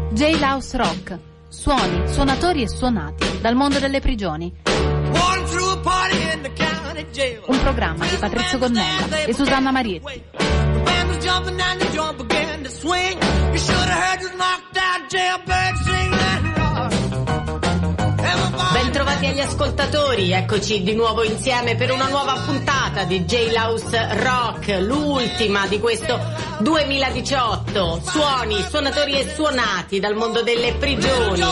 Jailhouse Rock. Suoni, suonatori e suonati dal mondo delle prigioni. Un programma di Patrizio Gonnella e Susanna Marietti. Bentrovati agli ascoltatori, eccoci di nuovo insieme per una nuova puntata di Jailhouse Rock, l'ultima di questo 2018. Suoni, suonatori e suonati dal mondo delle prigioni.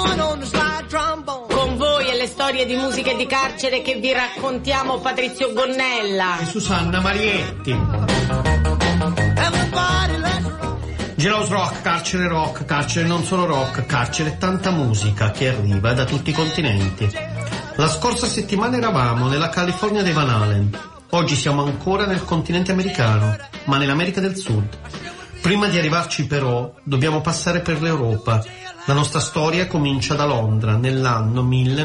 Con voi e le storie di musica e di carcere che vi raccontiamo Patrizio Gonnella e Susanna Marietti. Jailhouse Rock, carcere non solo rock, carcere e tanta musica che arriva da tutti i continenti. La scorsa settimana eravamo nella California dei Van Halen, oggi siamo ancora nel continente americano, ma nell'America del Sud. Prima di arrivarci però dobbiamo passare per l'Europa. La nostra storia comincia da Londra nell'anno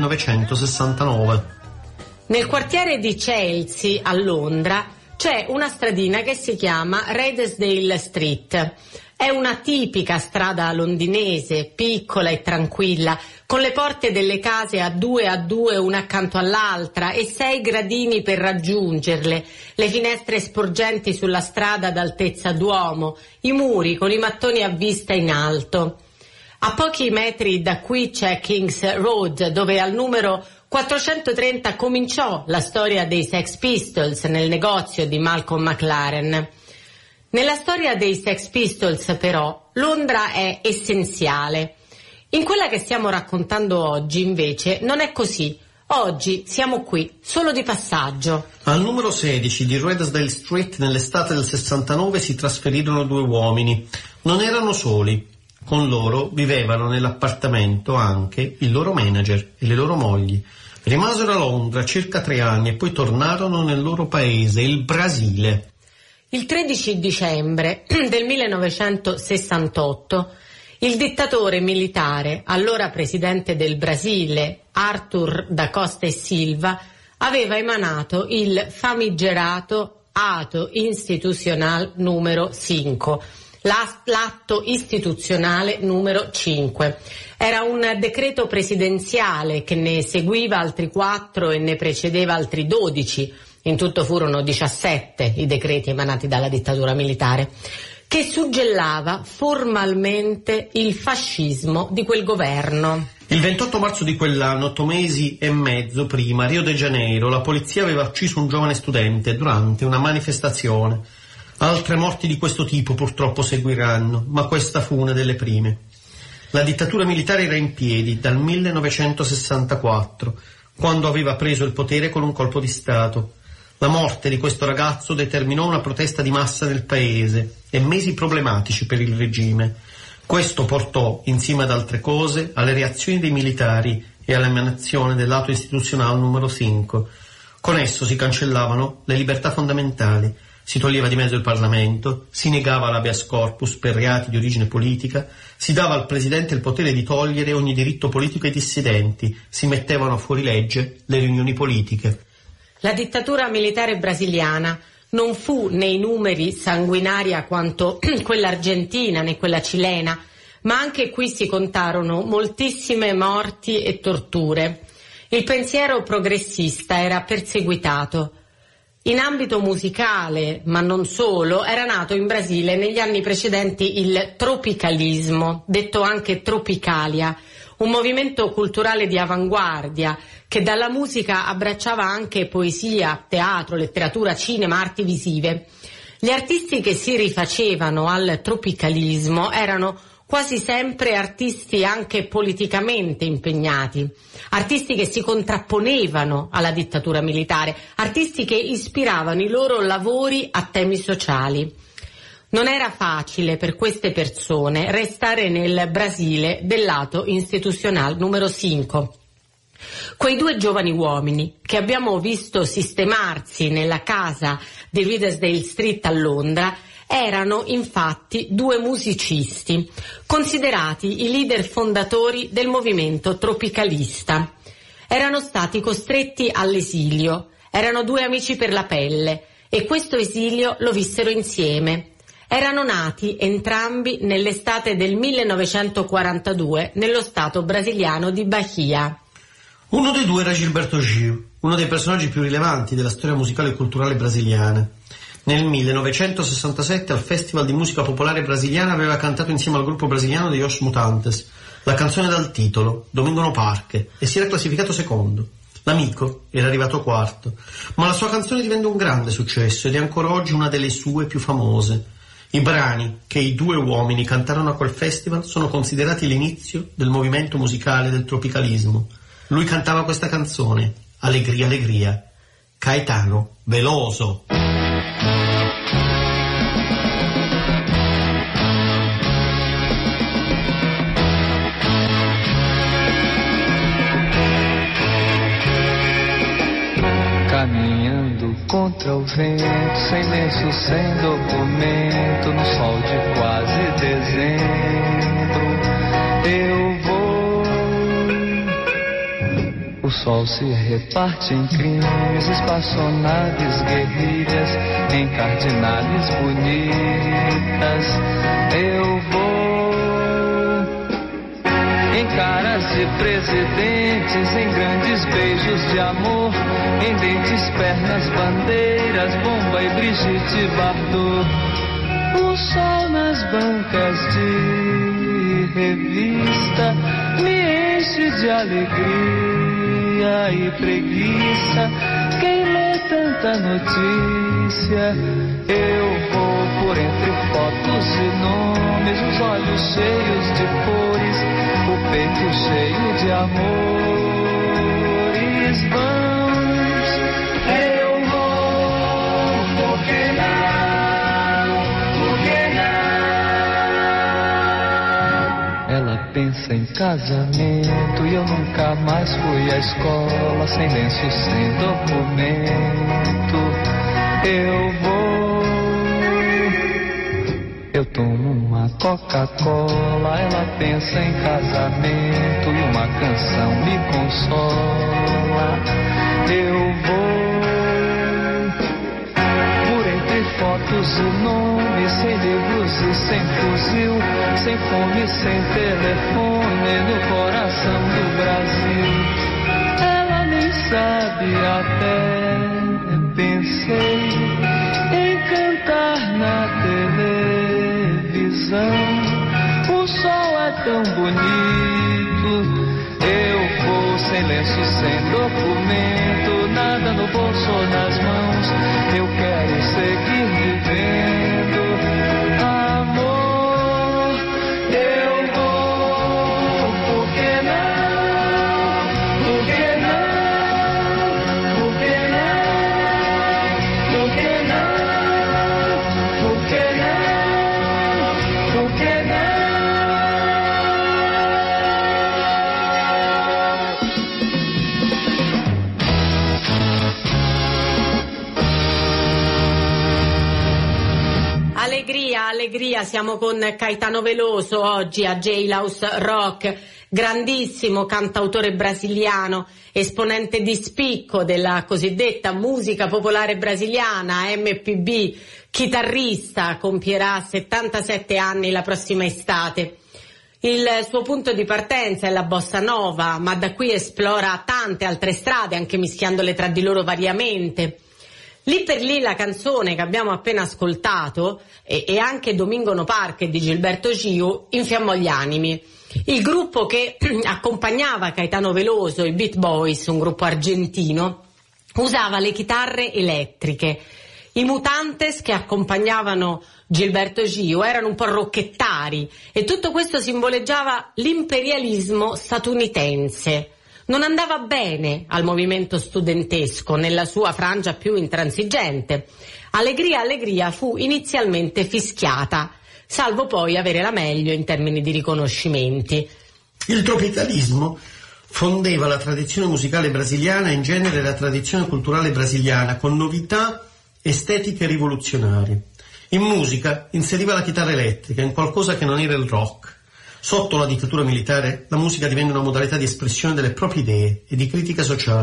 1969. Nel quartiere di Chelsea a Londra c'è una stradina che si chiama Redesdale Street. È una tipica strada londinese, piccola e tranquilla, con le porte delle case a due una accanto all'altra e 6 gradini per raggiungerle, le finestre sporgenti sulla strada d'altezza d'uomo, i muri con i mattoni a vista in alto. A pochi metri da qui c'è King's Road, dove al numero 430 cominciò la storia dei Sex Pistols nel negozio di Malcolm McLaren. Nella storia dei Sex Pistols però Londra è essenziale. In quella che stiamo raccontando oggi invece non è così. Oggi siamo qui solo di passaggio. Al numero 16 di Redesdale Street nell'estate del 69 si trasferirono 2 uomini. Non erano soli. Con loro vivevano nell'appartamento anche il loro manager e le loro mogli. Rimasero a Londra circa 3 anni e poi tornarono nel loro paese, il Brasile. Il 13 dicembre del 1968 il dittatore militare, allora presidente del Brasile, Arthur da Costa e Silva, aveva emanato il famigerato Ato Institucional numero 5, l'atto istituzionale numero 5. Era un decreto presidenziale che ne seguiva altri 4 e ne precedeva altri 12. In tutto furono 17 i decreti emanati dalla dittatura militare, che suggellava formalmente il fascismo di quel governo. Il 28 marzo di quell'anno, 8 mesi e mezzo prima, a Rio de Janeiro, la polizia aveva ucciso un giovane studente durante una manifestazione. Altre morti di questo tipo purtroppo seguiranno, ma questa fu una delle prime. La dittatura militare era in piedi dal 1964, quando aveva preso il potere con un colpo di Stato. La morte di questo ragazzo determinò una protesta di massa nel paese e mesi problematici per il regime. Questo portò, insieme ad altre cose, alle reazioni dei militari e all'emanazione dell'atto istituzionale numero 5. Con esso si cancellavano le libertà fondamentali, si toglieva di mezzo il Parlamento, si negava l'habeas corpus per reati di origine politica, si dava al Presidente il potere di togliere ogni diritto politico ai dissidenti, si mettevano fuori legge le riunioni politiche. La dittatura militare brasiliana non fu nei numeri sanguinaria quanto quella argentina né quella cilena, ma anche qui si contarono moltissime morti e torture. Il pensiero progressista era perseguitato. In ambito musicale, ma non solo, era nato in Brasile negli anni precedenti il tropicalismo, detto anche tropicalia, un movimento culturale di avanguardia che dalla musica abbracciava anche poesia, teatro, letteratura, cinema, arti visive. Gli artisti che si rifacevano al tropicalismo erano quasi sempre artisti anche politicamente impegnati, artisti che si contrapponevano alla dittatura militare, artisti che ispiravano i loro lavori a temi sociali. Non era facile per queste persone restare nel Brasile del lato istituzionale numero 5. Quei 2 giovani uomini che abbiamo visto sistemarsi nella casa di Redesdale Street a Londra erano infatti 2 musicisti, considerati i leader fondatori del movimento tropicalista. Erano stati costretti all'esilio, erano 2 amici per la pelle e questo esilio lo vissero insieme. erano nati entrambi nell'estate del 1942 nello stato brasiliano di Bahia. Uno dei due era Gilberto Gil, uno dei personaggi più rilevanti della storia musicale e culturale brasiliana. Nel 1967 al Festival di Musica Popolare Brasiliana aveva cantato insieme al gruppo brasiliano degli Os Mutantes la canzone dal titolo Domingo no Parque e si era classificato secondo. L'amico era arrivato quarto, ma la sua canzone divenne un grande successo ed è ancora oggi una delle sue più famose. I brani che i due uomini cantarono a quel festival sono considerati l'inizio del movimento musicale del tropicalismo. Lui cantava questa canzone, Allegria, Allegria, Caetano Veloso. Caminhando contra o vento, sem lenço, sem documento, no sol de quase dezembro, eu vou. O sol se reparte em crimes, espaçonaves, guerrilhas, em cardinales bonitas, eu vou. Em caras de presidentes, em grandes beijos de amor, em dentes, pernas, bandeiras, Bomba e Brigitte Bardot. O sol nas bancas de revista me enche de alegria e preguiça. Quem lê tanta notícia? Eu vou por entre fotos e nomes, os olhos cheios de cores, o peito cheio de amores. Vamos, eu vou, por que não, por que não? Ela pensa em casamento e eu nunca mais fui à escola, sem lenço, sem documento. Eu vou. Eu tomo uma Coca-Cola, ela pensa em casamento e uma canção me consola. Eu vou por entre fotos e nomes, sem livros e sem fuzil, sem fome, sem telefone, no coração do Brasil. Ela nem sabe até, pensei em cantar na televisão. O sol é tão bonito. Eu vou sem lenço, sem documento, nada no bolso ou nas mãos. Eu quero seguir vivendo. Amor, eu vou. Por que não? Por que não? Por que não? Por que não? Por que não? Por que não? Allegria, allegria, siamo con Caetano Veloso oggi a Jailhouse Rock, grandissimo cantautore brasiliano, esponente di spicco della cosiddetta musica popolare brasiliana, MPB, chitarrista, compierà 77 anni la prossima estate. Il suo punto di partenza è la bossa nova, ma da qui esplora tante altre strade, anche mischiandole tra di loro variamente. Lì per lì la canzone che abbiamo appena ascoltato e anche Domingo no Parque di Gilberto Gil infiammò gli animi. Il gruppo che accompagnava Caetano Veloso, i Beat Boys, un gruppo argentino, usava le chitarre elettriche. I Mutantes che accompagnavano Gilberto Gil erano un po' rocchettari e tutto questo simboleggiava l'imperialismo statunitense. Non andava bene al movimento studentesco nella sua frangia più intransigente. Allegria, allegria fu inizialmente fischiata, salvo poi avere la meglio in termini di riconoscimenti. Il tropicalismo fondeva la tradizione musicale brasiliana e in genere la tradizione culturale brasiliana con novità estetiche rivoluzionarie. In musica inseriva la chitarra elettrica in qualcosa che non era il rock. Sotto la dittatura militare la musica divenne una modalità di espressione delle proprie idee e di critica sociale.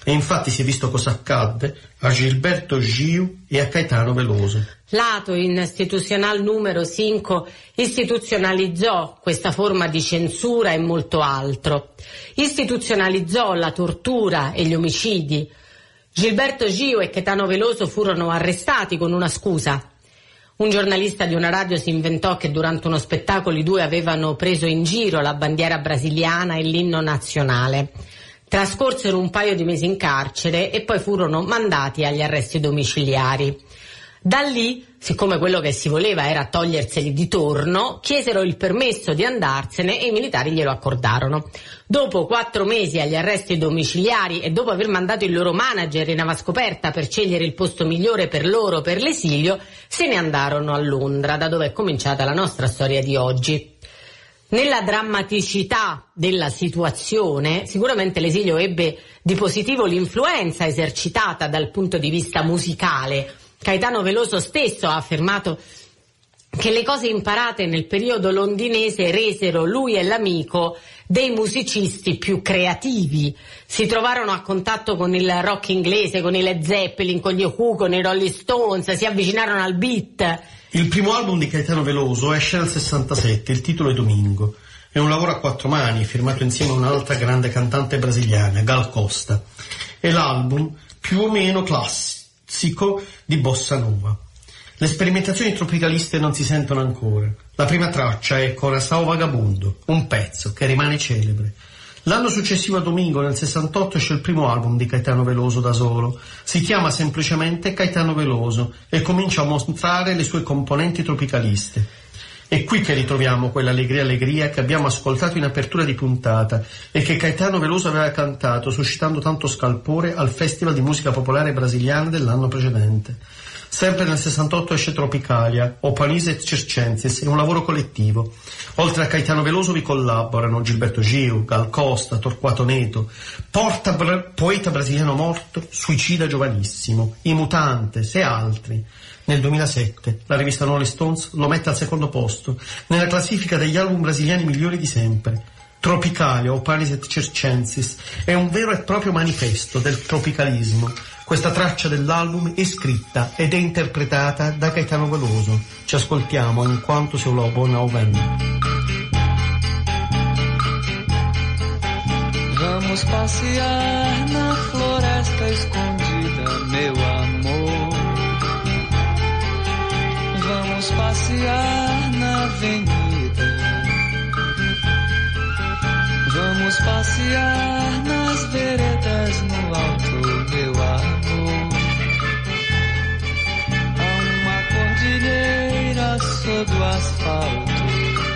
E infatti si è visto cosa accadde a Gilberto Gil e a Caetano Veloso. L'Ato Institucional numero 5 istituzionalizzò questa forma di censura e molto altro. Istituzionalizzò la tortura e gli omicidi. Gilberto Gil e Caetano Veloso furono arrestati con una scusa. Un giornalista di una radio si inventò che durante uno spettacolo i due avevano preso in giro la bandiera brasiliana e l'inno nazionale. Trascorsero un paio di mesi in carcere e poi furono mandati agli arresti domiciliari. Da lì, siccome quello che si voleva era toglierseli di torno, chiesero il permesso di andarsene e i militari glielo accordarono. Dopo 4 mesi agli arresti domiciliari e dopo aver mandato il loro manager in avascoperta per scegliere il posto migliore per loro per l'esilio, se ne andarono a Londra, da dove è cominciata la nostra storia di oggi. Nella drammaticità della situazione, sicuramente l'esilio ebbe di positivo l'influenza esercitata dal punto di vista musicale. Caetano Veloso stesso ha affermato che le cose imparate nel periodo londinese resero lui e l'amico dei musicisti più creativi. Si trovarono a contatto con il rock inglese, con i Led Zeppelin, con gli Who, con i Rolling Stones, si avvicinarono al beat. Il primo album di Caetano Veloso esce nel 67, il titolo è Domingo. È un lavoro a 4 mani, firmato insieme a un'altra grande cantante brasiliana, Gal Costa. È l'album più o meno classico di bossa nova. Le sperimentazioni tropicaliste non si sentono ancora. La prima traccia è Coração Vagabundo, un pezzo che rimane celebre. L'anno successivo a Domingo, nel 68, esce il primo album di Caetano Veloso da solo. Si chiama semplicemente Caetano Veloso e comincia a mostrare le sue componenti tropicaliste. È qui che ritroviamo quell'allegria che abbiamo ascoltato in apertura di puntata e che Caetano Veloso aveva cantato, suscitando tanto scalpore al Festival di Musica Popolare Brasiliana dell'anno precedente. Sempre nel 68 esce Tropicalia, Opanise et Circenses, è un lavoro collettivo. Oltre a Caetano Veloso vi collaborano Gilberto Gil, Gal Costa, Torquato Neto, poeta brasiliano morto, suicida giovanissimo, I Mutantes e altri. Nel 2007 la rivista Rolling Stones lo mette al secondo posto nella classifica degli album brasiliani migliori di sempre. Tropicalia, Opanise et Circenses è un vero e proprio manifesto del tropicalismo. Questa traccia dell'album è scritta ed è interpretata da Caetano Veloso. Ci ascoltiamo Enquanto Seu Lobo Não Vem. Vamos passear na floresta escondida, meu amor. Vamos passear na avenida. Vamos passear nas veredas no alto, meu amor. Há uma cordilheira sob o asfalto.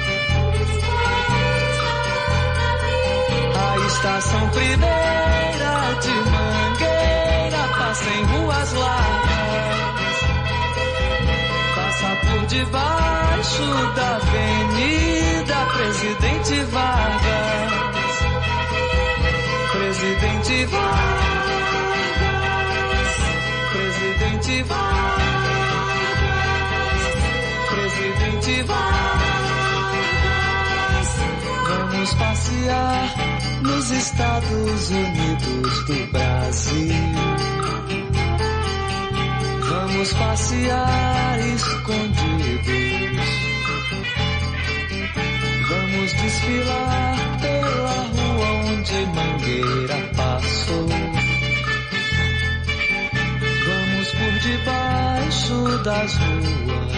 A estação primeira de Mangueira passa em ruas largas. Passa por debaixo da Avenida Presidente Vargas. Presidente Vargas, Presidente Vargas, Presidente Vargas. Vamos passear nos Estados Unidos do Brasil. Vamos passear escondidos. Vamos desfilar pela rua onde Mangueira passou. Vamos por debaixo das ruas.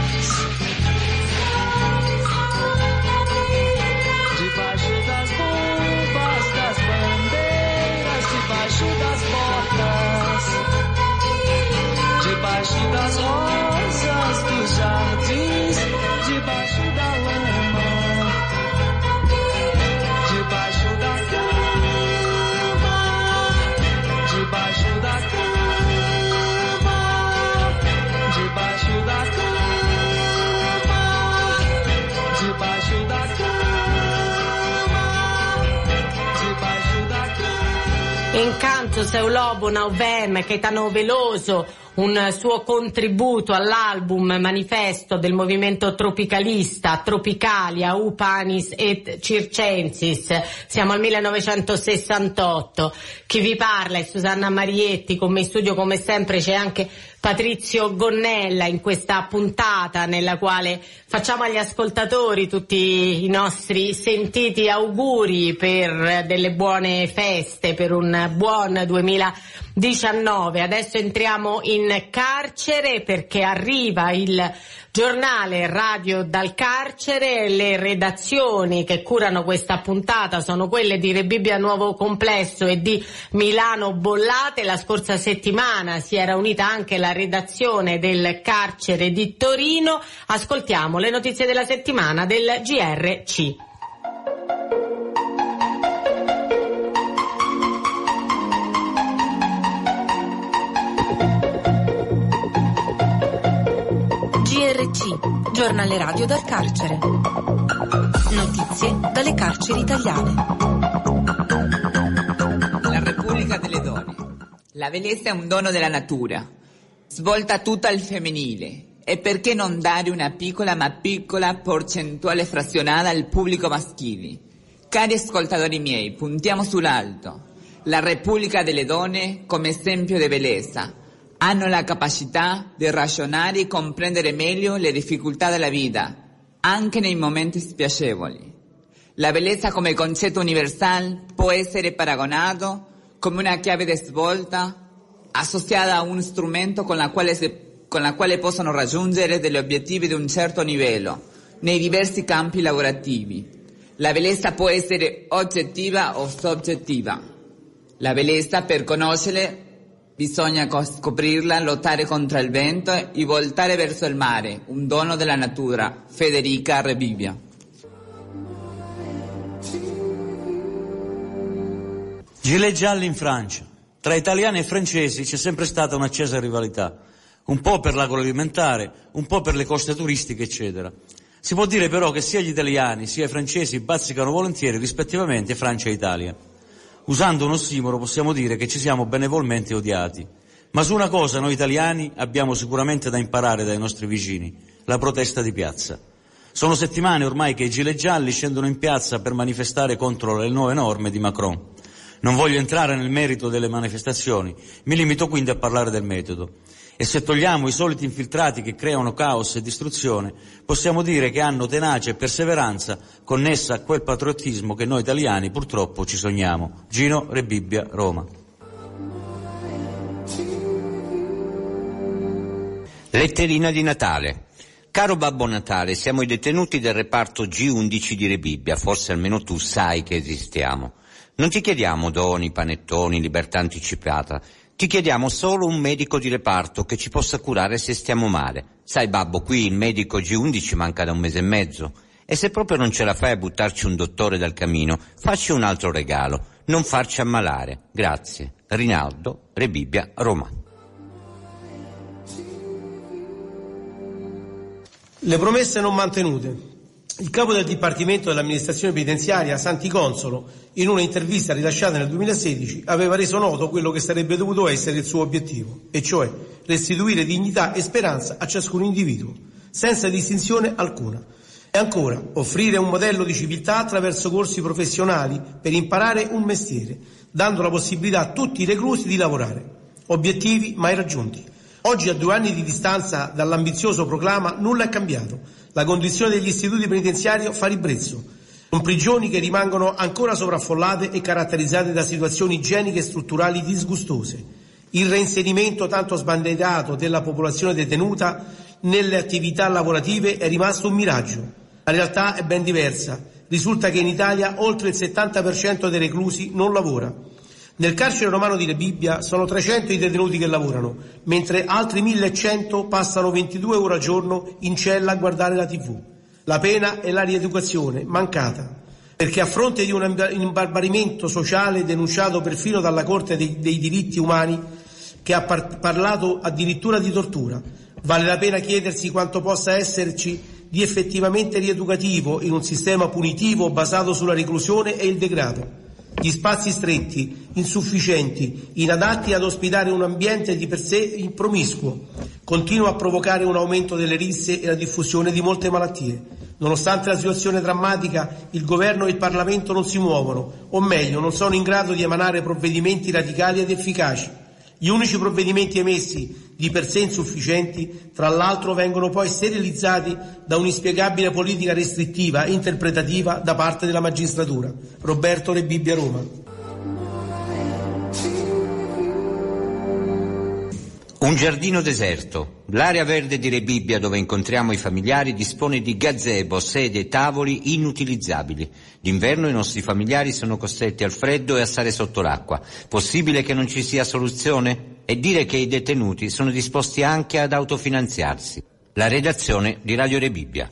Debaixo das bombas, das bandeiras, debaixo das portas. Debaixo das rosas dos jardins, debaixo da lama. Debaixo da cama, debaixo da cama, debaixo da cama, debaixo da cama, debaixo da cama. Encanto Seu Lobo Não Vem, Caetano Veloso, un suo contributo all'album manifesto del movimento tropicalista Tropicalia, Upanis et Circensis. Siamo al 1968. Chi vi parla è Susanna Marietti, con me in studio come sempre c'è anche Patrizio Gonnella in questa puntata nella quale facciamo agli ascoltatori tutti i nostri sentiti auguri per delle buone feste, per un buon 2019. Adesso entriamo in carcere perché arriva il giornale Radio dal carcere. Le redazioni che curano questa puntata sono quelle di Rebibbia Nuovo Complesso e di Milano Bollate. La scorsa settimana si era unita anche la redazione del carcere di Torino. Ascoltiamo le notizie della settimana del GRC. GRC, giornale radio dal carcere. Notizie dalle carceri italiane. La Repubblica delle Donne. La bellezza è un dono della natura, svolta tutta al femminile. E perché non dare una piccola ma piccola percentuale frazionata al pubblico maschile? Cari ascoltatori miei, puntiamo sull'alto. La Repubblica delle Donne come esempio di bellezza. Hanno la capacità di ragionare e comprendere meglio le difficoltà della vita, anche nei momenti spiacevoli. La bellezza come concetto universale può essere paragonato come una chiave di svolta associata a un strumento con la quale possono raggiungere degli obiettivi di un certo livello nei diversi campi lavorativi. La bellezza può essere oggettiva o soggettiva. La bellezza, per conoscerla, bisogna scoprirla, lottare contro il vento e voltare verso il mare, un dono della natura. Federica Rebibbia. Gilet gialli in Francia. Tra italiani e francesi c'è sempre stata un'accesa rivalità, un po' per l'agroalimentare, un po' per le coste turistiche, eccetera. Si può dire però che sia gli italiani sia i francesi bazzicano volentieri rispettivamente Francia e Italia. Usando un ossimoro possiamo dire che ci siamo benevolmente odiati. Ma su una cosa noi italiani abbiamo sicuramente da imparare dai nostri vicini, la protesta di piazza. Sono settimane ormai che i gilet gialli scendono in piazza per manifestare contro le nuove norme di Macron. Non voglio entrare nel merito delle manifestazioni, mi limito quindi a parlare del metodo. E se togliamo i soliti infiltrati che creano caos e distruzione, possiamo dire che hanno tenacia e perseveranza connessa a quel patriottismo che noi italiani purtroppo ci sogniamo. Gino Rebibbia, Roma. Letterina di Natale. Caro Babbo Natale, siamo i detenuti del reparto G11 di Rebibbia, forse almeno tu sai che esistiamo. Non ti chiediamo doni, panettoni, libertà anticipata. Ti chiediamo solo un medico di reparto che ci possa curare se stiamo male. Sai babbo, qui il medico G11 manca da 1 mese e mezzo. E se proprio non ce la fai a buttarci un dottore dal camino, facci un altro regalo. Non farci ammalare. Grazie. Rinaldo, Rebibbia, Roma. Le promesse non mantenute. Il capo del Dipartimento dell'Amministrazione Penitenziaria, Santi Consolo, in una intervista rilasciata nel 2016, aveva reso noto quello che sarebbe dovuto essere il suo obiettivo, e cioè restituire dignità e speranza a ciascun individuo, senza distinzione alcuna. E ancora, offrire un modello di civiltà attraverso corsi professionali per imparare un mestiere, dando la possibilità a tutti i reclusi di lavorare. Obiettivi mai raggiunti. Oggi, a 2 anni di distanza dall'ambizioso proclama, nulla è cambiato. La condizione degli istituti penitenziari fa ribrezzo, con prigioni che rimangono ancora sovraffollate e caratterizzate da situazioni igieniche e strutturali disgustose. Il reinserimento tanto sbandierato della popolazione detenuta nelle attività lavorative è rimasto un miraggio. La realtà è ben diversa. Risulta che in Italia oltre il 70% dei reclusi non lavora. Nel carcere romano di Rebibbia sono 300 i detenuti che lavorano, mentre altri 1100 passano 22 ore al giorno in cella a guardare la TV. La pena è la rieducazione, mancata, perché a fronte di un imbarbarimento sociale denunciato perfino dalla Corte dei diritti umani, che ha parlato addirittura di tortura, vale la pena chiedersi quanto possa esserci di effettivamente rieducativo in un sistema punitivo basato sulla reclusione e il degrado. Gli spazi stretti, insufficienti, inadatti ad ospitare un ambiente di per sé promiscuo, continua a provocare un aumento delle risse e la diffusione di molte malattie. Nonostante la situazione drammatica, il Governo e il Parlamento non si muovono, o meglio, non sono in grado di emanare provvedimenti radicali ed efficaci. Gli unici provvedimenti emessi, di per sé insufficienti, tra l'altro vengono poi sterilizzati da un'inspiegabile politica restrittiva e interpretativa da parte della magistratura. Roberto Re Bibbia, Roma. Un giardino deserto. L'area verde di Rebibbia, dove incontriamo i familiari, dispone di gazebo, sedie e tavoli inutilizzabili. D'inverno i nostri familiari sono costretti al freddo e a stare sotto l'acqua. Possibile che non ci sia soluzione? E dire che i detenuti sono disposti anche ad autofinanziarsi. La redazione di Radio Rebibbia.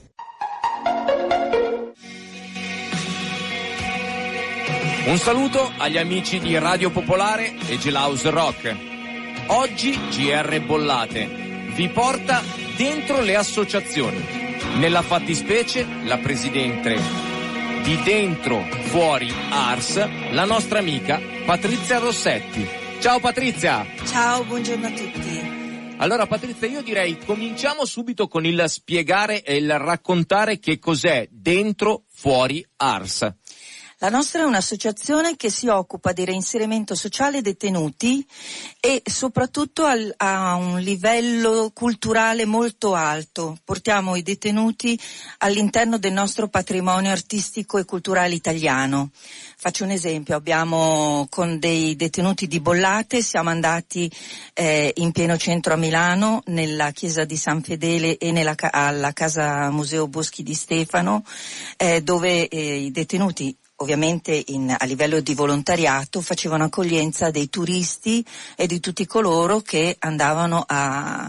Un saluto agli amici di Radio Popolare e Gelhouse Rock. Oggi GR Bollate vi porta dentro le associazioni. Nella fattispecie la presidente di Dentro Fuori Ars, la nostra amica Patrizia Rossetti. Ciao Patrizia! Ciao, buongiorno a tutti. Allora Patrizia, io direi cominciamo subito con il spiegare e il raccontare che cos'è Dentro Fuori Ars. La nostra è un'associazione che si occupa di reinserimento sociale detenuti e soprattutto a un livello culturale molto alto. Portiamo i detenuti all'interno del nostro patrimonio artistico e culturale italiano. Faccio un esempio, abbiamo con dei detenuti di Bollate, siamo andati in pieno centro a Milano, nella chiesa di San Fedele e alla casa Museo Boschi di Stefano, dove i detenuti ovviamente a livello di volontariato facevano accoglienza dei turisti e di tutti coloro che andavano a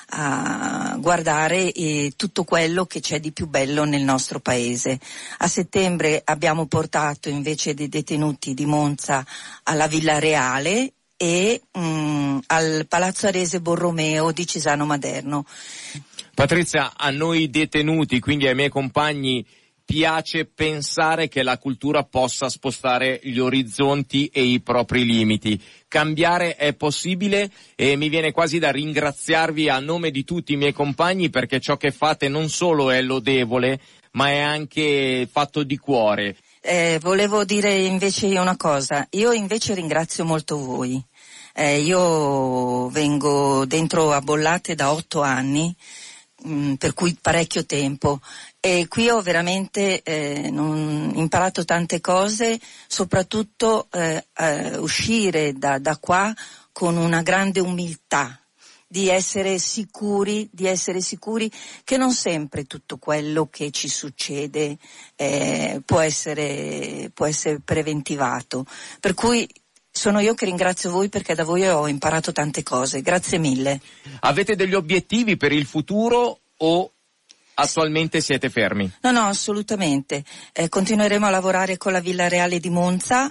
guardare tutto quello che c'è di più bello nel nostro paese. A settembre abbiamo portato invece dei detenuti di Monza alla Villa Reale e al Palazzo Arese Borromeo di Cesano Maderno. Patrizia, a noi detenuti, quindi ai miei compagni, piace pensare che la cultura possa spostare gli orizzonti e i propri limiti. Cambiare è possibile e mi viene quasi da ringraziarvi a nome di tutti i miei compagni, perché ciò che fate non solo è lodevole, ma è anche fatto di cuore. Volevo dire invece io una cosa. Io invece ringrazio molto voi. Io vengo dentro a Bollate da 8 anni, per cui parecchio tempo, e qui ho veramente imparato tante cose, soprattutto uscire da qua con una grande umiltà, di essere sicuri che non sempre tutto quello che ci succede può essere preventivato. Per cui sono io che ringrazio voi, perché da voi ho imparato tante cose. Grazie mille. Avete degli obiettivi per il futuro o attualmente siete fermi? No, assolutamente. Continueremo a lavorare con la Villa Reale di Monza.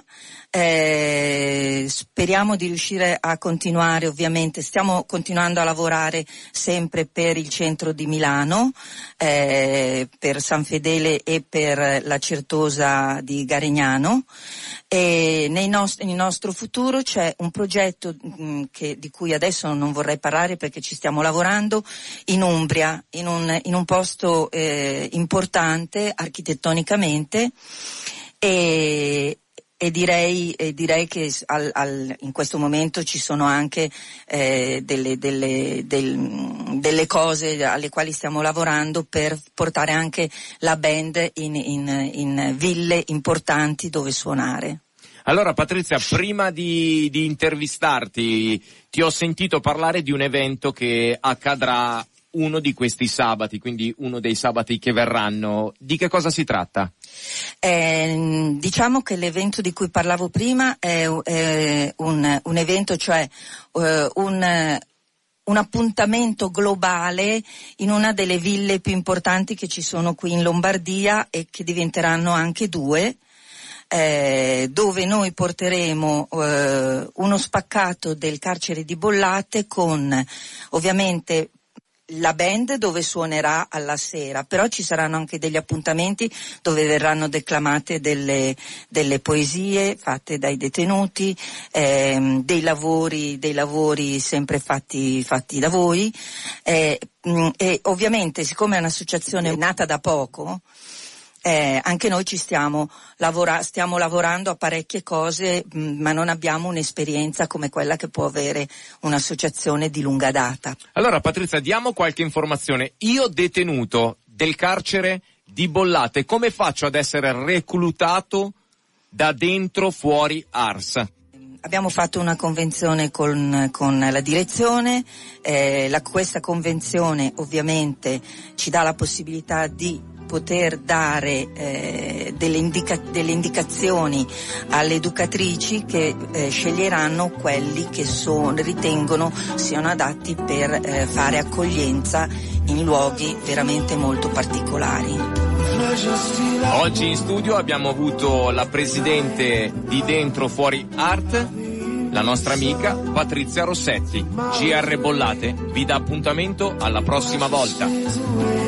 Speriamo di riuscire a continuare, ovviamente. Stiamo continuando a lavorare sempre per il centro di Milano, per San Fedele e per la Certosa di Garignano. E nel nostro futuro c'è un progetto di cui adesso non vorrei parlare perché ci stiamo lavorando in Umbria, in un posto importante architettonicamente, e direi che in questo momento ci sono anche delle cose alle quali stiamo lavorando per portare anche la band in ville importanti dove suonare. Allora Patrizia, prima di intervistarti ti ho sentito parlare di un evento che accadrà uno di questi sabati, quindi uno dei sabati che verranno. Di che cosa si tratta? Diciamo che l'evento di cui parlavo prima è un evento, cioè un appuntamento globale in una delle ville più importanti che ci sono qui in Lombardia e che diventeranno anche 2. Dove noi porteremo uno spaccato del carcere di Bollate con ovviamente la band dove suonerà alla sera, però ci saranno anche degli appuntamenti dove verranno declamate delle poesie fatte dai detenuti, dei lavori sempre fatti da voi, e ovviamente, siccome è un'associazione nata da poco, anche noi stiamo lavorando a parecchie cose, ma non abbiamo un'esperienza come quella che può avere un'associazione di lunga data. Allora Patrizia, diamo qualche informazione. Io detenuto del carcere di Bollate, come faccio ad essere reclutato da dentro fuori Ars? Abbiamo fatto una convenzione con la direzione, questa convenzione ovviamente ci dà la possibilità di poter dare delle indicazioni alle educatrici che sceglieranno quelli che ritengono siano adatti per fare accoglienza in luoghi veramente molto particolari. Oggi in studio abbiamo avuto la presidente di Dentro Fuori Art, la nostra amica Patrizia Rossetti. GR Bollate vi dà appuntamento alla prossima volta.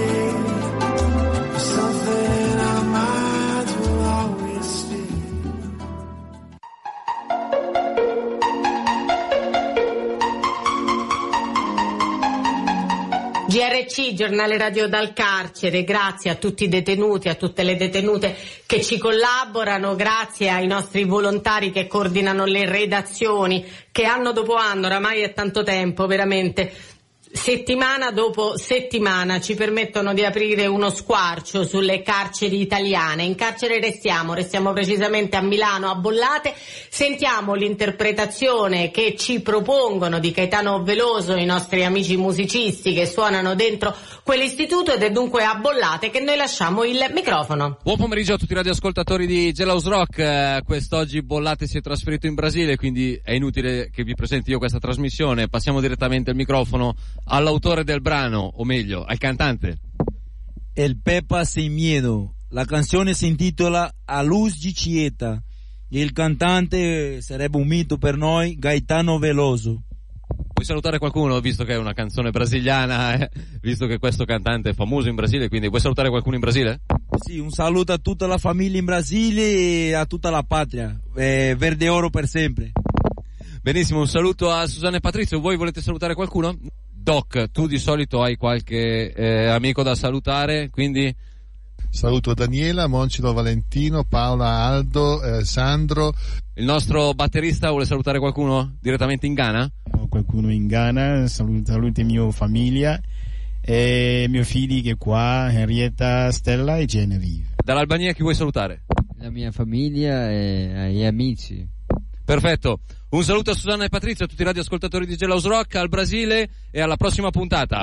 GRC, giornale radio dal carcere, grazie a tutti i detenuti, a tutte le detenute che ci collaborano, grazie ai nostri volontari che coordinano le redazioni, che anno dopo anno, oramai è tanto tempo, veramente, settimana dopo settimana ci permettono di aprire uno squarcio sulle carceri italiane. In carcere restiamo precisamente a Milano, a Bollate. Sentiamo l'interpretazione che ci propongono di Caetano Veloso i nostri amici musicisti che suonano dentro quell'istituto, ed è dunque a Bollate che noi lasciamo il microfono. Buon pomeriggio a tutti i radioascoltatori di Jailhouse Rock. Quest'oggi Bollate si è trasferito in Brasile, quindi è inutile che vi presenti io questa trasmissione. Passiamo direttamente il microfono all'autore del brano, o meglio, al cantante. El Pepa Sem Miedo. La canzone si intitola A Luz di Chieta. Il cantante sarebbe un mito per noi, Caetano Veloso. Puoi salutare qualcuno, visto che è una canzone brasiliana, visto che questo cantante è famoso in Brasile, quindi puoi salutare qualcuno in Brasile? Sì, un saluto a tutta la famiglia in Brasile e a tutta la patria. Verde oro per sempre. Benissimo, un saluto a Susanna e Patrizio. Voi volete salutare qualcuno? Doc, tu di solito hai qualche amico da salutare, quindi... Saluto Daniela, Moncilo Valentino, Paola, Aldo, Sandro. Il nostro batterista vuole salutare qualcuno direttamente in Ghana? Qualcuno in Ghana, saluti mia famiglia e i miei figli che qua, Henrietta, Stella e Genevieve. Dall'Albania chi vuoi salutare? La mia famiglia e gli amici. Perfetto, un saluto a Susanna e Patrizio, a tutti i radioascoltatori di Jailhouse Rock, al Brasile e alla prossima puntata.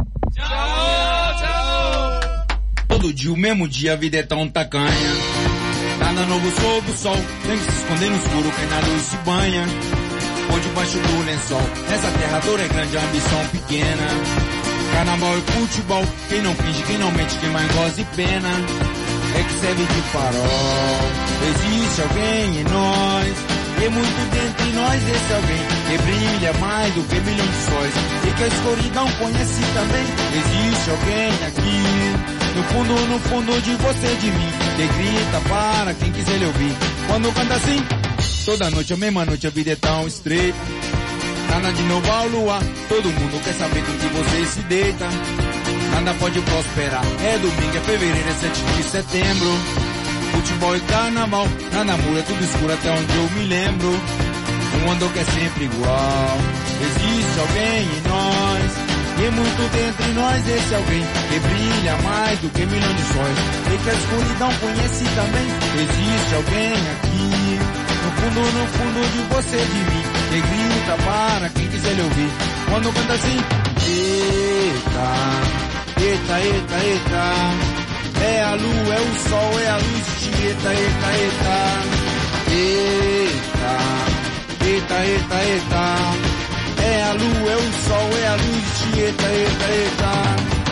Ciao, ciao! Todo dia, o mesmo dia, a vida é tão tacanha. Nada novo sob o sol, tem que se esconder no escuro, quem na luz se banha. Por debaixo do lençol, nessa terra a dor é grande, a ambição pequena. Carnaval e futebol, quem não finge, quem não mente, quem mais goza e pena. É que serve de farol, existe alguém em nós. E muito dentro de nós esse alguém que brilha mais do que milhões de sóis e que a escuridão conhece também. Existe alguém aqui, no fundo de você e de mim, que grita para quem quiser lhe ouvir. Quando canta assim, toda noite, a mesma noite, a vida é tão estreita. Nada de novo ao luar, todo mundo quer saber com que você se deita. Nada pode prosperar, é domingo, é fevereiro, é 7 de setembro. Futebol e carnaval, nada muda, tudo escuro até onde eu me lembro. Um mundo que é sempre igual, existe alguém em nós. E muito dentro de nós esse alguém que brilha mais do que milhões de sóis e que a escuridão conhece também. Existe alguém aqui, no fundo de você e de mim, que grita para quem quiser lhe ouvir. Quando canta assim, eita, eita, eita, eita. É a lua, é o sol, é a luz de Chieta, eita, eita. Eita, eita, eita, eita. É a lua, é o sol, é a luz de Chieta, eita, eita.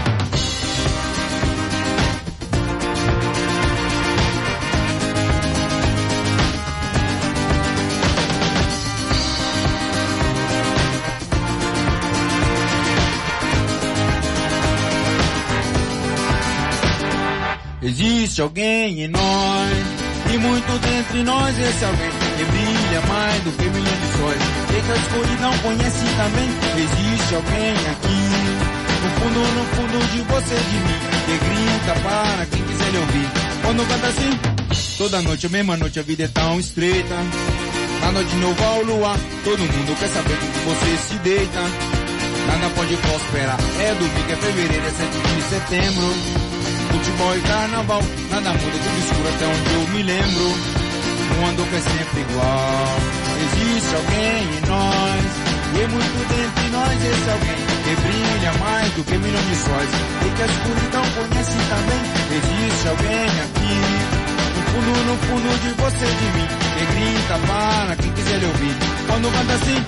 existe alguém em nós, e muito dentre nós esse alguém que brilha mais do que milhões de sóis, e que a escuridão conhece também. Existe alguém aqui, no fundo de você e de mim, que grita para quem quiser lhe ouvir. Quando canta assim, toda noite, a mesma noite, a vida é tão estreita. Na noite de novo ao luar, todo mundo quer saber com que você se deita. Nada pode prosperar, é domingo, é fevereiro, é 7 de setembro. Futebol e carnaval, nada muda de obscuro até onde eu me lembro. Um ano que é sempre igual. Existe alguém em nós, e muito dentro de nós esse alguém que brilha mais do que milhões de sóis, e que a escuridão conhece também. Existe alguém aqui, no fundo de você e de mim, que grita para quem quiser lhe ouvir. Quando canta assim,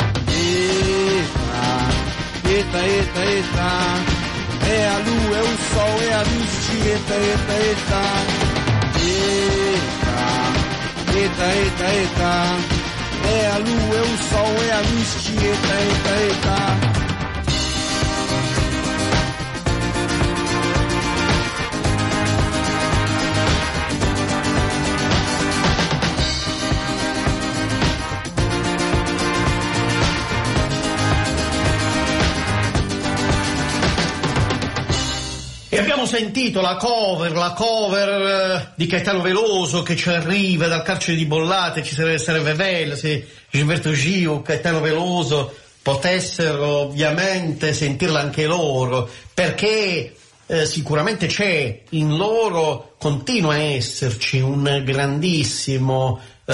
eita, eita, eita, é a lua, é o sol, é a luz de eita, eita, eita, eita, eita, eita, é a lua, é o sol, é a luz de eita, eita, eita. E abbiamo sentito la cover di Caetano Veloso che ci arriva dal carcere di Bollate. Ci sarebbe bello se Gilberto Gil, Caetano Veloso potessero ovviamente sentirla anche loro, perché sicuramente c'è in loro, continua a esserci una grandissima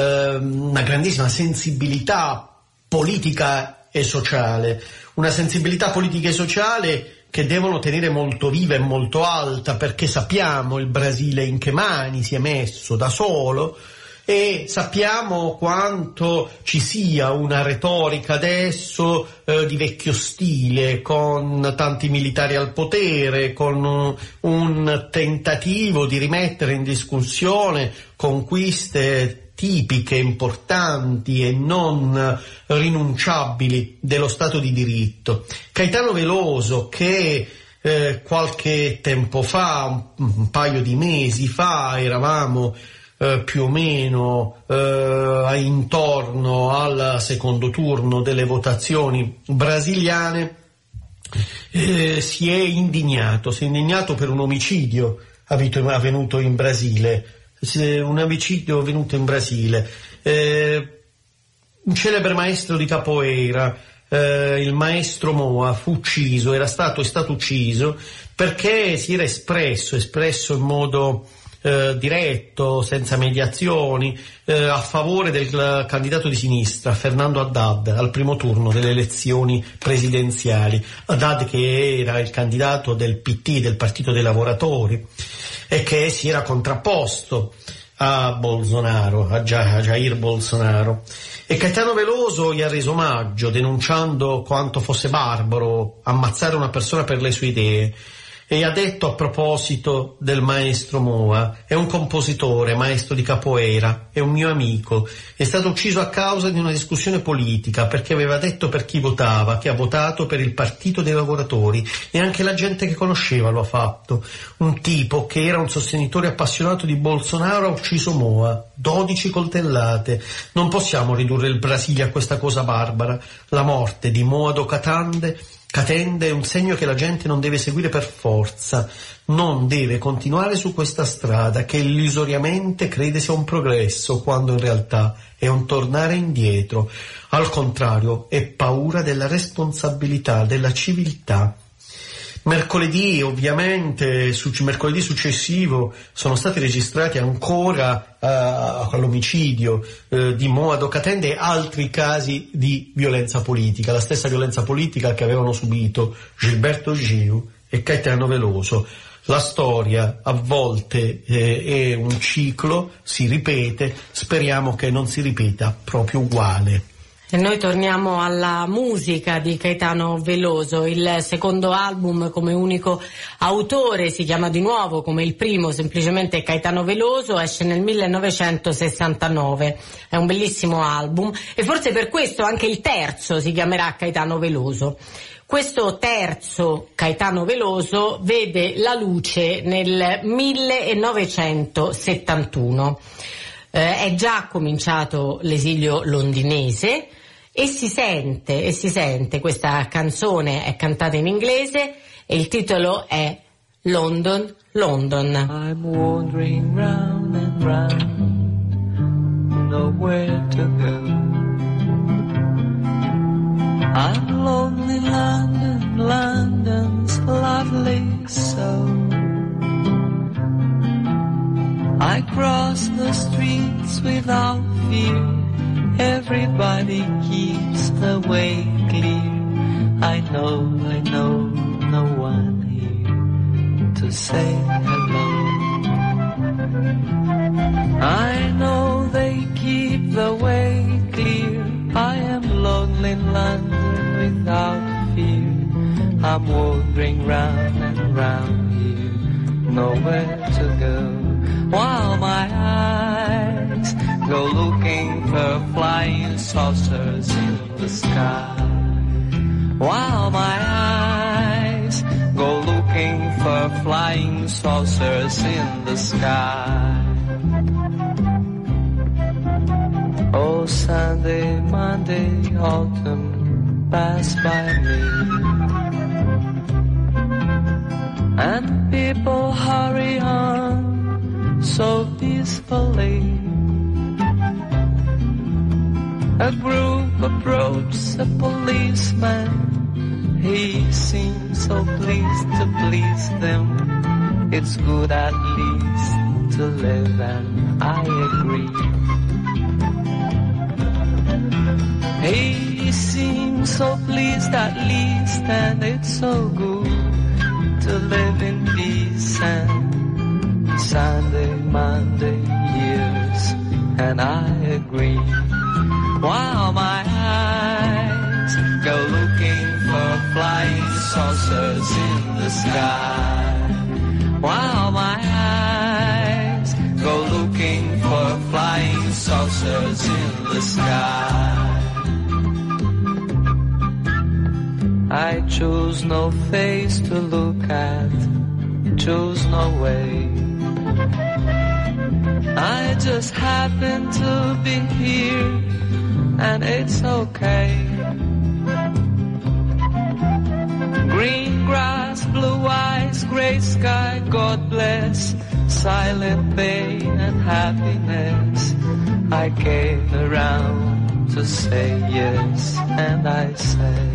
sensibilità politica e sociale, una sensibilità politica e sociale che devono tenere molto viva e molto alta, perché sappiamo il Brasile in che mani si è messo da solo e sappiamo quanto ci sia una retorica adesso di vecchio stile, con tanti militari al potere, con un tentativo di rimettere in discussione conquiste tipiche, importanti e non rinunciabili dello Stato di diritto. Caetano Veloso, che qualche tempo fa, un paio di mesi fa, eravamo più o meno intorno al secondo turno delle votazioni brasiliane, si è indignato per un omicidio avvenuto in Brasile. Un omicidio avvenuto in Brasile. Un celebre maestro di capoeira, il maestro Moa, fu ucciso, è stato ucciso perché si era espresso in modo diretto, senza mediazioni, a favore del candidato di sinistra, Fernando Haddad, al primo turno delle elezioni presidenziali. Haddad, che era il candidato del PT, del Partito dei Lavoratori, e che si era contrapposto a Bolsonaro, a Jair Bolsonaro. E Caetano Veloso gli ha reso omaggio, denunciando quanto fosse barbaro ammazzare una persona per le sue idee, e ha detto a proposito del maestro Moa: è un compositore, maestro di capoeira, è un mio amico, è stato ucciso a causa di una discussione politica, perché aveva detto per chi votava, che ha votato per il Partito dei Lavoratori, e anche la gente che conosceva lo ha fatto. Un tipo che era un sostenitore appassionato di Bolsonaro ha ucciso Moa, 12 coltellate. Non possiamo ridurre il Brasile a questa cosa barbara. La morte di Moa do Catende è un segno che la gente non deve seguire per forza, non deve continuare su questa strada che illusoriamente crede sia un progresso, quando in realtà è un tornare indietro. Al contrario, è paura della responsabilità, della civiltà. Mercoledì, ovviamente, mercoledì successivo sono stati registrati ancora all'omicidio di Moa do Catende altri casi di violenza politica, la stessa violenza politica che avevano subito Gilberto Gil e Caetano Veloso. La storia a volte è un ciclo, si ripete, speriamo che non si ripeta proprio uguale. E noi torniamo alla musica di Caetano Veloso. Il secondo album come unico autore si chiama di nuovo come il primo, semplicemente Caetano Veloso, esce nel 1969. È un bellissimo album e forse per questo anche il terzo si chiamerà Caetano Veloso. Questo terzo Caetano Veloso vede la luce nel 1971. È già cominciato l'esilio londinese e si sente, questa canzone è cantata in inglese e il titolo è London, London. I'm wandering round and round, nowhere to go. I'm lonely London, London's lovely so. I cross the streets without fear, everybody keeps the way clear. I know no one here to say hello. I know they keep the way clear. I am lonely in London without fear. I'm wandering round and round here, nowhere to go. While my eyes go looking for flying saucers in the sky. While my eyes go looking for flying saucers in the sky. Oh, Sunday, Monday, autumn pass by me, and people hurry on so peacefully. A group approached a policeman. He seemed so pleased to please them. It's good at least to live, and I agree. He seems so pleased at least, and it's so good to live in peace. And Sunday, Monday, years, and I agree. While my eyes go looking for flying saucers in the sky. While my eyes go looking for flying saucers in the sky. I choose no face to look at, choose no way. I just happen to be here, and it's okay. Green grass, blue eyes, gray sky, God bless, silent pain and happiness. I came around to say yes, and I say.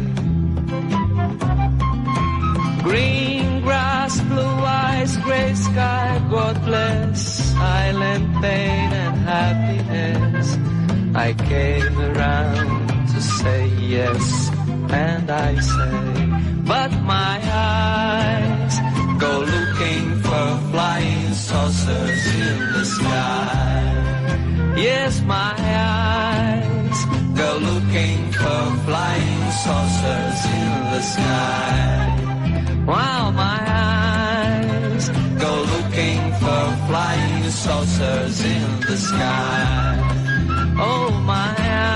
Green grass, blue eyes, gray sky, God bless, silent pain and happiness. I came around to say yes, and I say, but my eyes go looking for flying saucers in the sky. Yes, my eyes go looking for flying saucers in the sky. While my eyes go looking for flying saucers in the sky. Oh, my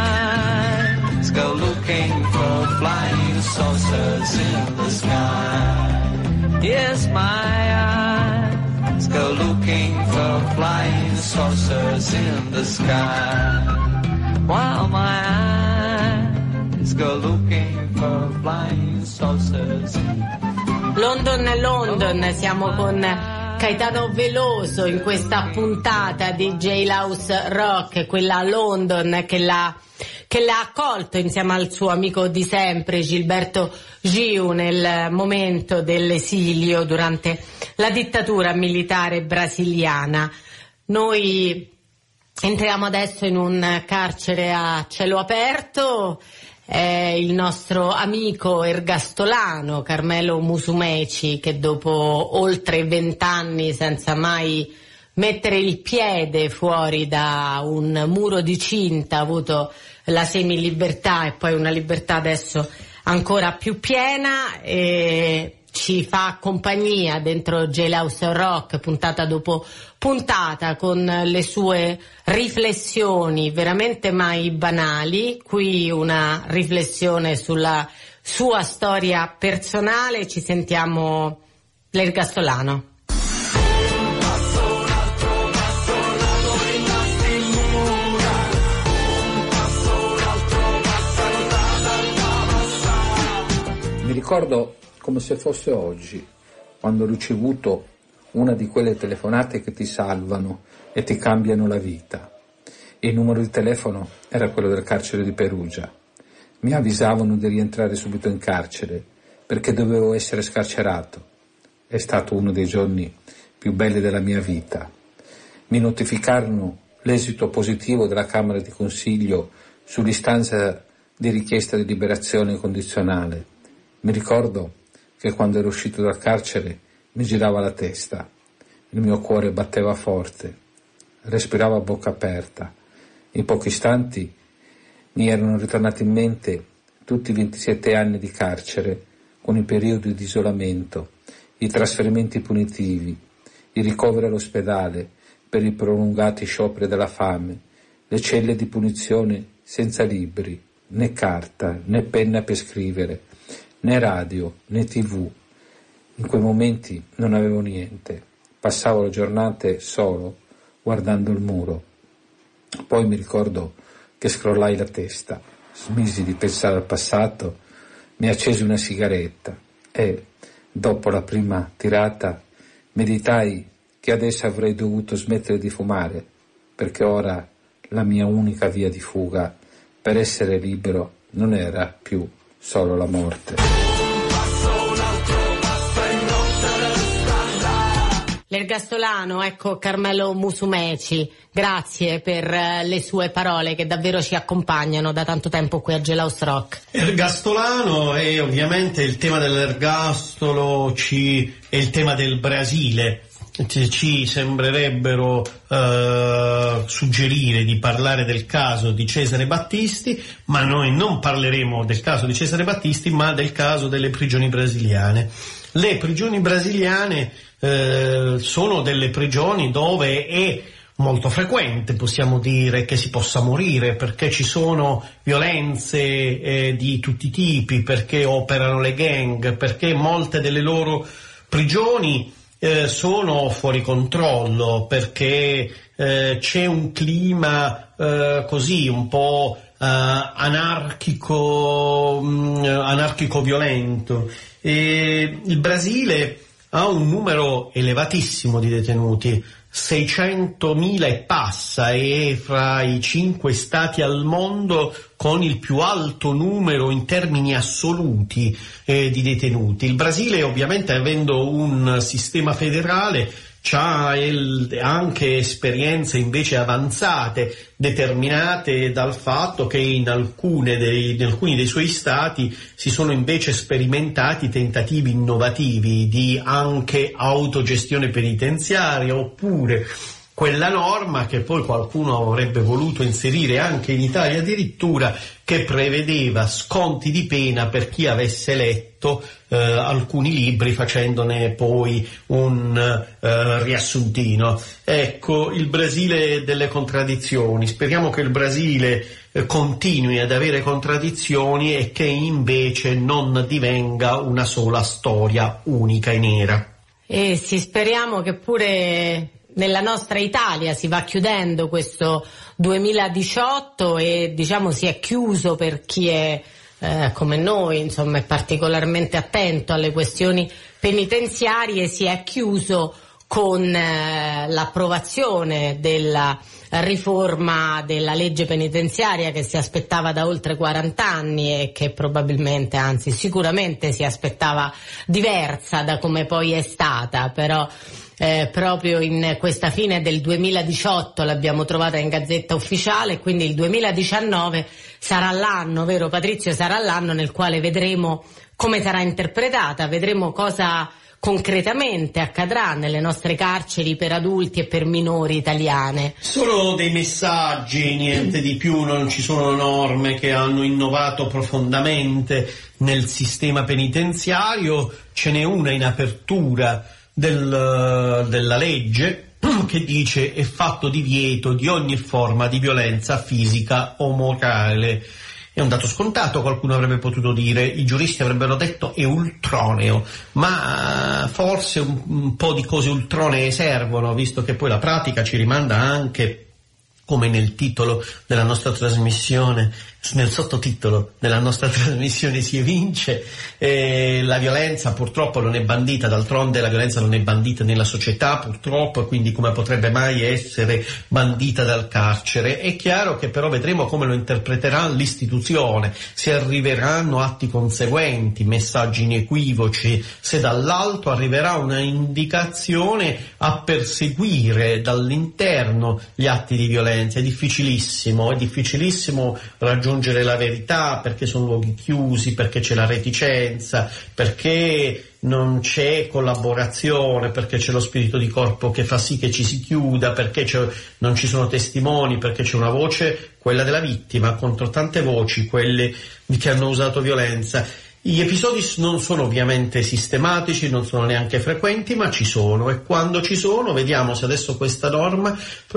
eyes go looking for flying saucers in the sky. Yes, my eyes go looking for flying saucers in the sky. While my eyes go looking for flying saucers in the sky. London, London, siamo con Caetano Veloso in questa puntata di Jailhouse Rock, quella London che l'ha accolto insieme al suo amico di sempre Gilberto Gil nel momento dell'esilio durante la dittatura militare brasiliana. Noi entriamo adesso in un carcere a cielo aperto. È il nostro amico ergastolano Carmelo Musumeci, che dopo oltre 20 anni senza mai mettere il piede fuori da un muro di cinta ha avuto la semilibertà e poi una libertà adesso ancora più piena, e ci fa compagnia dentro Jailhouse Rock puntata dopo puntata con le sue riflessioni veramente mai banali. Qui una riflessione sulla sua storia personale. Ci sentiamo l'Ergastolano. Mi ricordo come se fosse oggi, quando ho ricevuto una di quelle telefonate che ti salvano e ti cambiano la vita. Il numero di telefono era quello del carcere di Perugia. Mi avvisavano di rientrare subito in carcere perché dovevo essere scarcerato. È stato uno dei giorni più belli della mia vita. Mi notificarono l'esito positivo della Camera di Consiglio sull'istanza di richiesta di liberazione condizionale. Mi ricordo che quando ero uscito dal carcere mi girava la testa, il mio cuore batteva forte, respiravo a bocca aperta. In pochi istanti mi erano ritornati in mente tutti i 27 anni di carcere, con i periodi di isolamento, i trasferimenti punitivi, i ricoveri all'ospedale per i prolungati scioperi della fame, le celle di punizione senza libri, né carta, né penna per scrivere, né radio, né TV. In quei momenti non avevo niente, passavo le giornate solo, guardando il muro. Poi mi ricordo che scrollai la testa, smisi di pensare al passato, mi accesi una sigaretta e, dopo la prima tirata, meditai che adesso avrei dovuto smettere di fumare, perché ora la mia unica via di fuga per essere libero non era più solo la morte. L'Ergastolano, ecco Carmelo Musumeci, grazie per le sue parole che davvero ci accompagnano da tanto tempo qui a Gelaus Rock. Ergastolano e ovviamente il tema dell'ergastolo è il tema del Brasile. Ci sembrerebbero suggerire di parlare del caso di Cesare Battisti, ma noi non parleremo del caso di Cesare Battisti, ma del caso delle prigioni brasiliane. Le prigioni brasiliane sono delle prigioni dove è molto frequente, possiamo dire, che si possa morire, perché ci sono violenze di tutti i tipi, perché operano le gang, perché molte delle loro prigioni sono fuori controllo, perché c'è un clima così un po' anarchico violento. E il Brasile ha un numero elevatissimo di detenuti, 600.000 e passa, e fra i 5 stati al mondo con il più alto numero in termini assoluti di detenuti. Il Brasile, ovviamente, avendo un sistema federale, c'ha anche esperienze invece avanzate, determinate dal fatto che in alcuni dei suoi stati si sono invece sperimentati tentativi innovativi di anche autogestione penitenziaria, oppure quella norma che poi qualcuno avrebbe voluto inserire anche in Italia addirittura, che prevedeva sconti di pena per chi avesse letto alcuni libri facendone poi un riassuntino. Ecco, il Brasile delle contraddizioni. Speriamo che il Brasile continui ad avere contraddizioni e che invece non divenga una sola storia unica e nera. E sì, speriamo che pure nella nostra Italia si va chiudendo questo 2018 e diciamo si è chiuso per chi è come noi, insomma, è particolarmente attento alle questioni penitenziarie, si è chiuso con l'approvazione della riforma della legge penitenziaria che si aspettava da oltre 40 anni e che probabilmente, anzi sicuramente si aspettava diversa da come poi è stata, però proprio in questa fine del 2018 l'abbiamo trovata in Gazzetta Ufficiale, quindi il 2019 sarà l'anno, vero Patrizio, sarà l'anno nel quale vedremo come sarà interpretata, vedremo cosa concretamente accadrà nelle nostre carceri per adulti e per minori italiane. Solo dei messaggi, niente di più, non ci sono norme che hanno innovato profondamente nel sistema penitenziario, ce n'è una in apertura della legge che dice: è fatto divieto di ogni forma di violenza fisica o morale. È un dato scontato, qualcuno avrebbe potuto dire, i giuristi avrebbero detto è ultroneo, ma forse un po' di cose ultronee servono, visto che poi la pratica ci rimanda anche, come nel titolo della nostra trasmissione, nel sottotitolo della nostra trasmissione si evince, la violenza purtroppo non è bandita, d'altronde la violenza non è bandita nella società purtroppo, e quindi come potrebbe mai essere bandita dal carcere? È chiaro che però vedremo come lo interpreterà l'istituzione, se arriveranno atti conseguenti, messaggi inequivoci, se dall'alto arriverà una indicazione a perseguire dall'interno gli atti di violenza. È difficilissimo raggiungere la verità, perché sono luoghi chiusi, perché c'è la reticenza, perché non c'è collaborazione, perché c'è lo spirito di corpo che fa sì che ci si chiuda, perché non ci sono testimoni, perché c'è una voce, quella della vittima, contro tante voci, quelle che hanno usato violenza. Gli episodi non sono ovviamente sistematici, non sono neanche frequenti, ma ci sono, e quando ci sono vediamo se adesso questa norma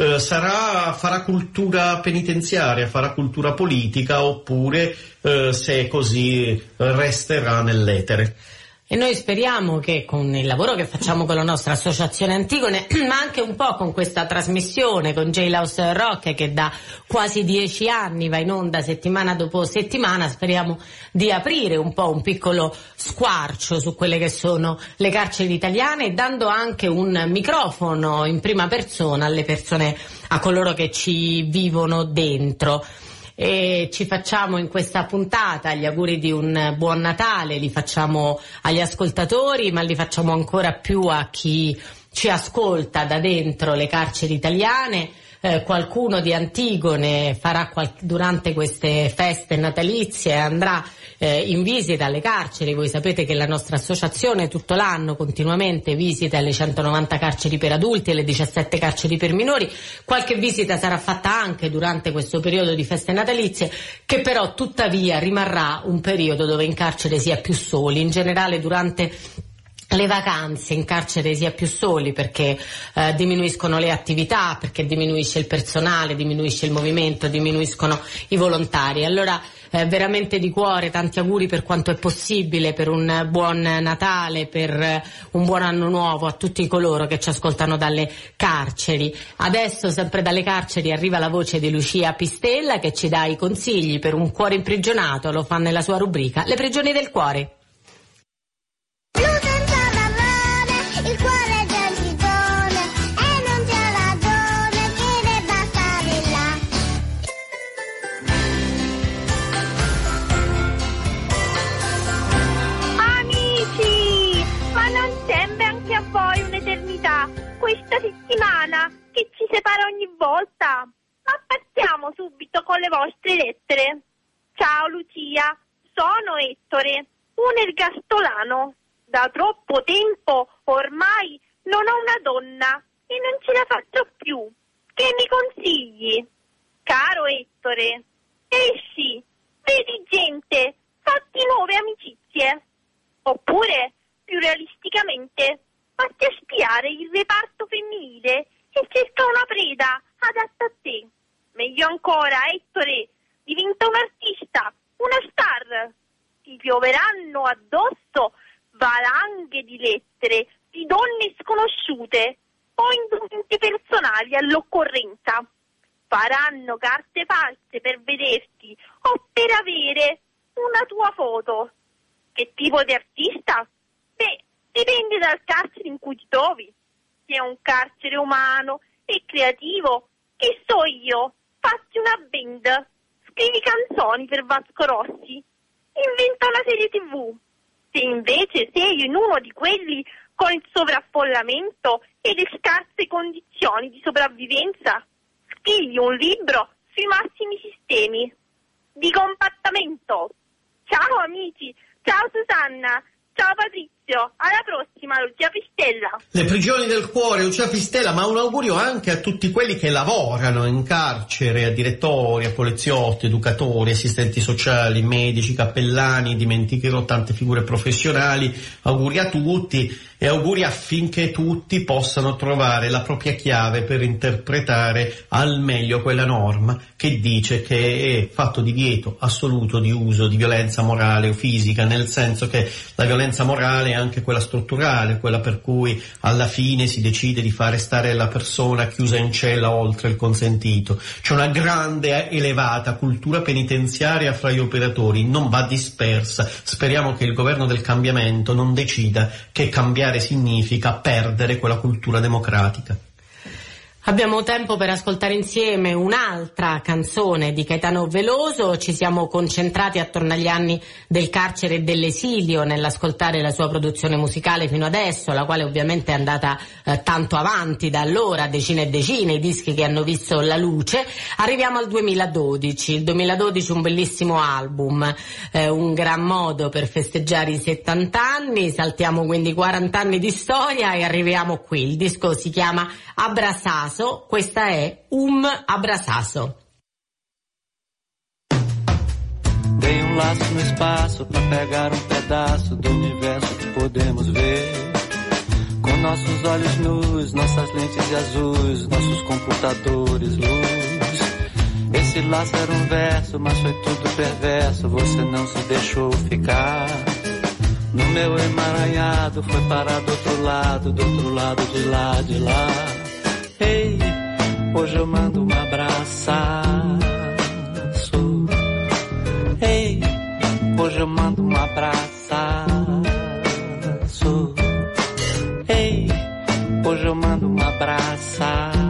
farà cultura penitenziaria, farà cultura politica, oppure se così resterà nell'etere. E noi speriamo che con il lavoro che facciamo con la nostra associazione Antigone, ma anche un po' con questa trasmissione, con Jailhouse Rock, che da quasi 10 anni va in onda settimana dopo settimana, speriamo di aprire un po' un piccolo squarcio su quelle che sono le carceri italiane, dando anche un microfono in prima persona alle persone, a coloro che ci vivono dentro. E ci facciamo in questa puntata gli auguri di un buon Natale, li facciamo agli ascoltatori, ma li facciamo ancora più a chi ci ascolta da dentro le carceri italiane. Qualcuno di Antigone farà durante queste feste natalizie andrà in visita alle carceri. Voi sapete che la nostra associazione tutto l'anno continuamente visita le 190 carceri per adulti e le 17 carceri per minori. Qualche visita sarà fatta anche durante questo periodo di feste natalizie, che però tuttavia rimarrà un periodo dove in carcere si è più soli. In generale durante le vacanze in carcere si è più soli, perché diminuiscono le attività, perché diminuisce il personale, diminuisce il movimento, diminuiscono i volontari. Allora veramente di cuore tanti auguri per quanto è possibile, per un buon Natale, per un buon anno nuovo a tutti coloro che ci ascoltano dalle carceri. Adesso sempre dalle carceri arriva la voce di Lucia Pistella, che ci dà i consigli per un cuore imprigionato. Lo fa nella sua rubrica Le prigioni del cuore. Questa settimana che ci separa ogni volta, ma partiamo subito con le vostre lettere. Ciao Lucia, sono Ettore, un ergastolano. Da troppo tempo ormai non ho una donna e non ce la faccio più. Che mi consigli? Caro Ettore, sì, vedi gente, fatti nuove amicizie. Oppure, più realisticamente, fatti a spiare il reparto femminile e cerca una preda adatta a te. Meglio ancora, Ettore, diventa un artista, una star. Ti pioveranno addosso valanghe di lettere di donne sconosciute o indumenti personali all'occorrenza. Faranno carte false per vederti o per avere una tua foto. Che tipo di artista? Beh, dipende dal carcere in cui ti trovi. Se è un carcere umano e creativo, che so io, fatti una band, scrivi canzoni per Vasco Rossi, inventa una serie TV. Se invece sei in uno di quelli con il sovraffollamento e le scarse condizioni di sopravvivenza, scrivi un libro sui massimi sistemi di compattamento. Ciao amici, ciao Susanna, ciao Patrizio, alla prossima Lucia Pistella. Le prigioni del cuore, Lucia Pistella, ma un augurio anche a tutti quelli che lavorano in carcere, a direttori, a poliziotti, educatori, assistenti sociali, medici, cappellani, dimenticherò tante figure professionali, auguri a tutti e auguri affinché tutti possano trovare la propria chiave per interpretare al meglio quella norma che dice che è fatto divieto assoluto di uso di violenza morale o fisica, nel senso che la violenza morale è anche quella strutturale, quella per cui alla fine si decide di fare stare la persona chiusa in cella oltre il consentito. C'è una grande elevata cultura penitenziaria fra gli operatori, non va dispersa. Speriamo che il governo del cambiamento non decida che cambiare significa perdere quella cultura democratica. Abbiamo tempo per ascoltare insieme un'altra canzone di Caetano Veloso. Ci siamo concentrati attorno agli anni del carcere e dell'esilio nell'ascoltare la sua produzione musicale fino adesso, la quale ovviamente è andata tanto avanti da allora, decine e decine i dischi che hanno visto la luce. Arriviamo al 2012. Il 2012 un bellissimo album, un gran modo per festeggiare i 70 anni. Saltiamo quindi 40 anni di storia e arriviamo qui. Il disco si chiama Abraçaço. Questa è Abraçaço. Dei laço no espaço pra pegar pedaço do universo que podemos ver. Com nossos olhos nus, nossas lentes azuis, nossos computadores, luz. Esse laço era verso, mas foi tudo perverso. Você não se deixou ficar. No meu emaranhado foi parar do outro lado de lá, de lá. Ei, hoje eu mando abraçaço. Ei, hoje eu mando abraçaço. Ei, hoje eu mando abraçaço.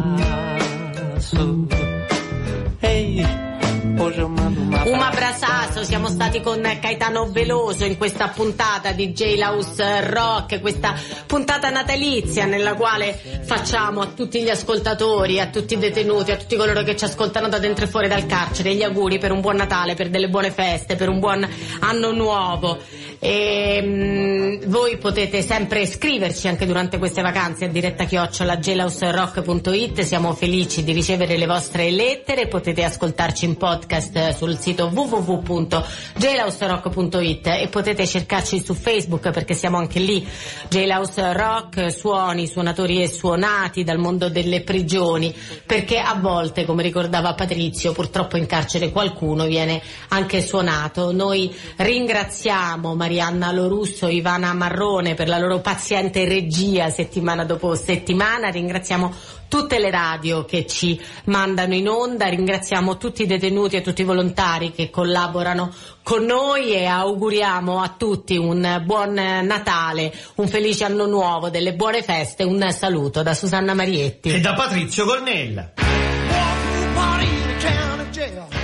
Ei, hoje eu mando Abraçaço. Siamo stati con Caetano Veloso in questa puntata di Jailhouse Rock, questa puntata natalizia nella quale facciamo a tutti gli ascoltatori, a tutti i detenuti, a tutti coloro che ci ascoltano da dentro e fuori dal carcere gli auguri per un buon Natale, per delle buone feste, per un buon anno nuovo. E voi potete sempre scriverci anche durante queste vacanze a diretta@jailhouserock.it. Siamo felici di ricevere le vostre lettere. Potete ascoltarci in podcast sul sito www.jailhouserock.it e potete cercarci su Facebook perché siamo anche lì. Jailhouse Rock, suoni, suonatori e suonati dal mondo delle prigioni, perché a volte, come ricordava Patrizio, purtroppo in carcere qualcuno viene anche suonato. Noi ringraziamo Marianna Lorusso e Ivana Marrone per la loro paziente regia settimana dopo settimana, ringraziamo tutte le radio che ci mandano in onda, ringraziamo tutti i detenuti e tutti i volontari che collaborano con noi e auguriamo a tutti un buon Natale, un felice anno nuovo, delle buone feste. Un saluto da Susanna Marietti e da Patrizio Cornella.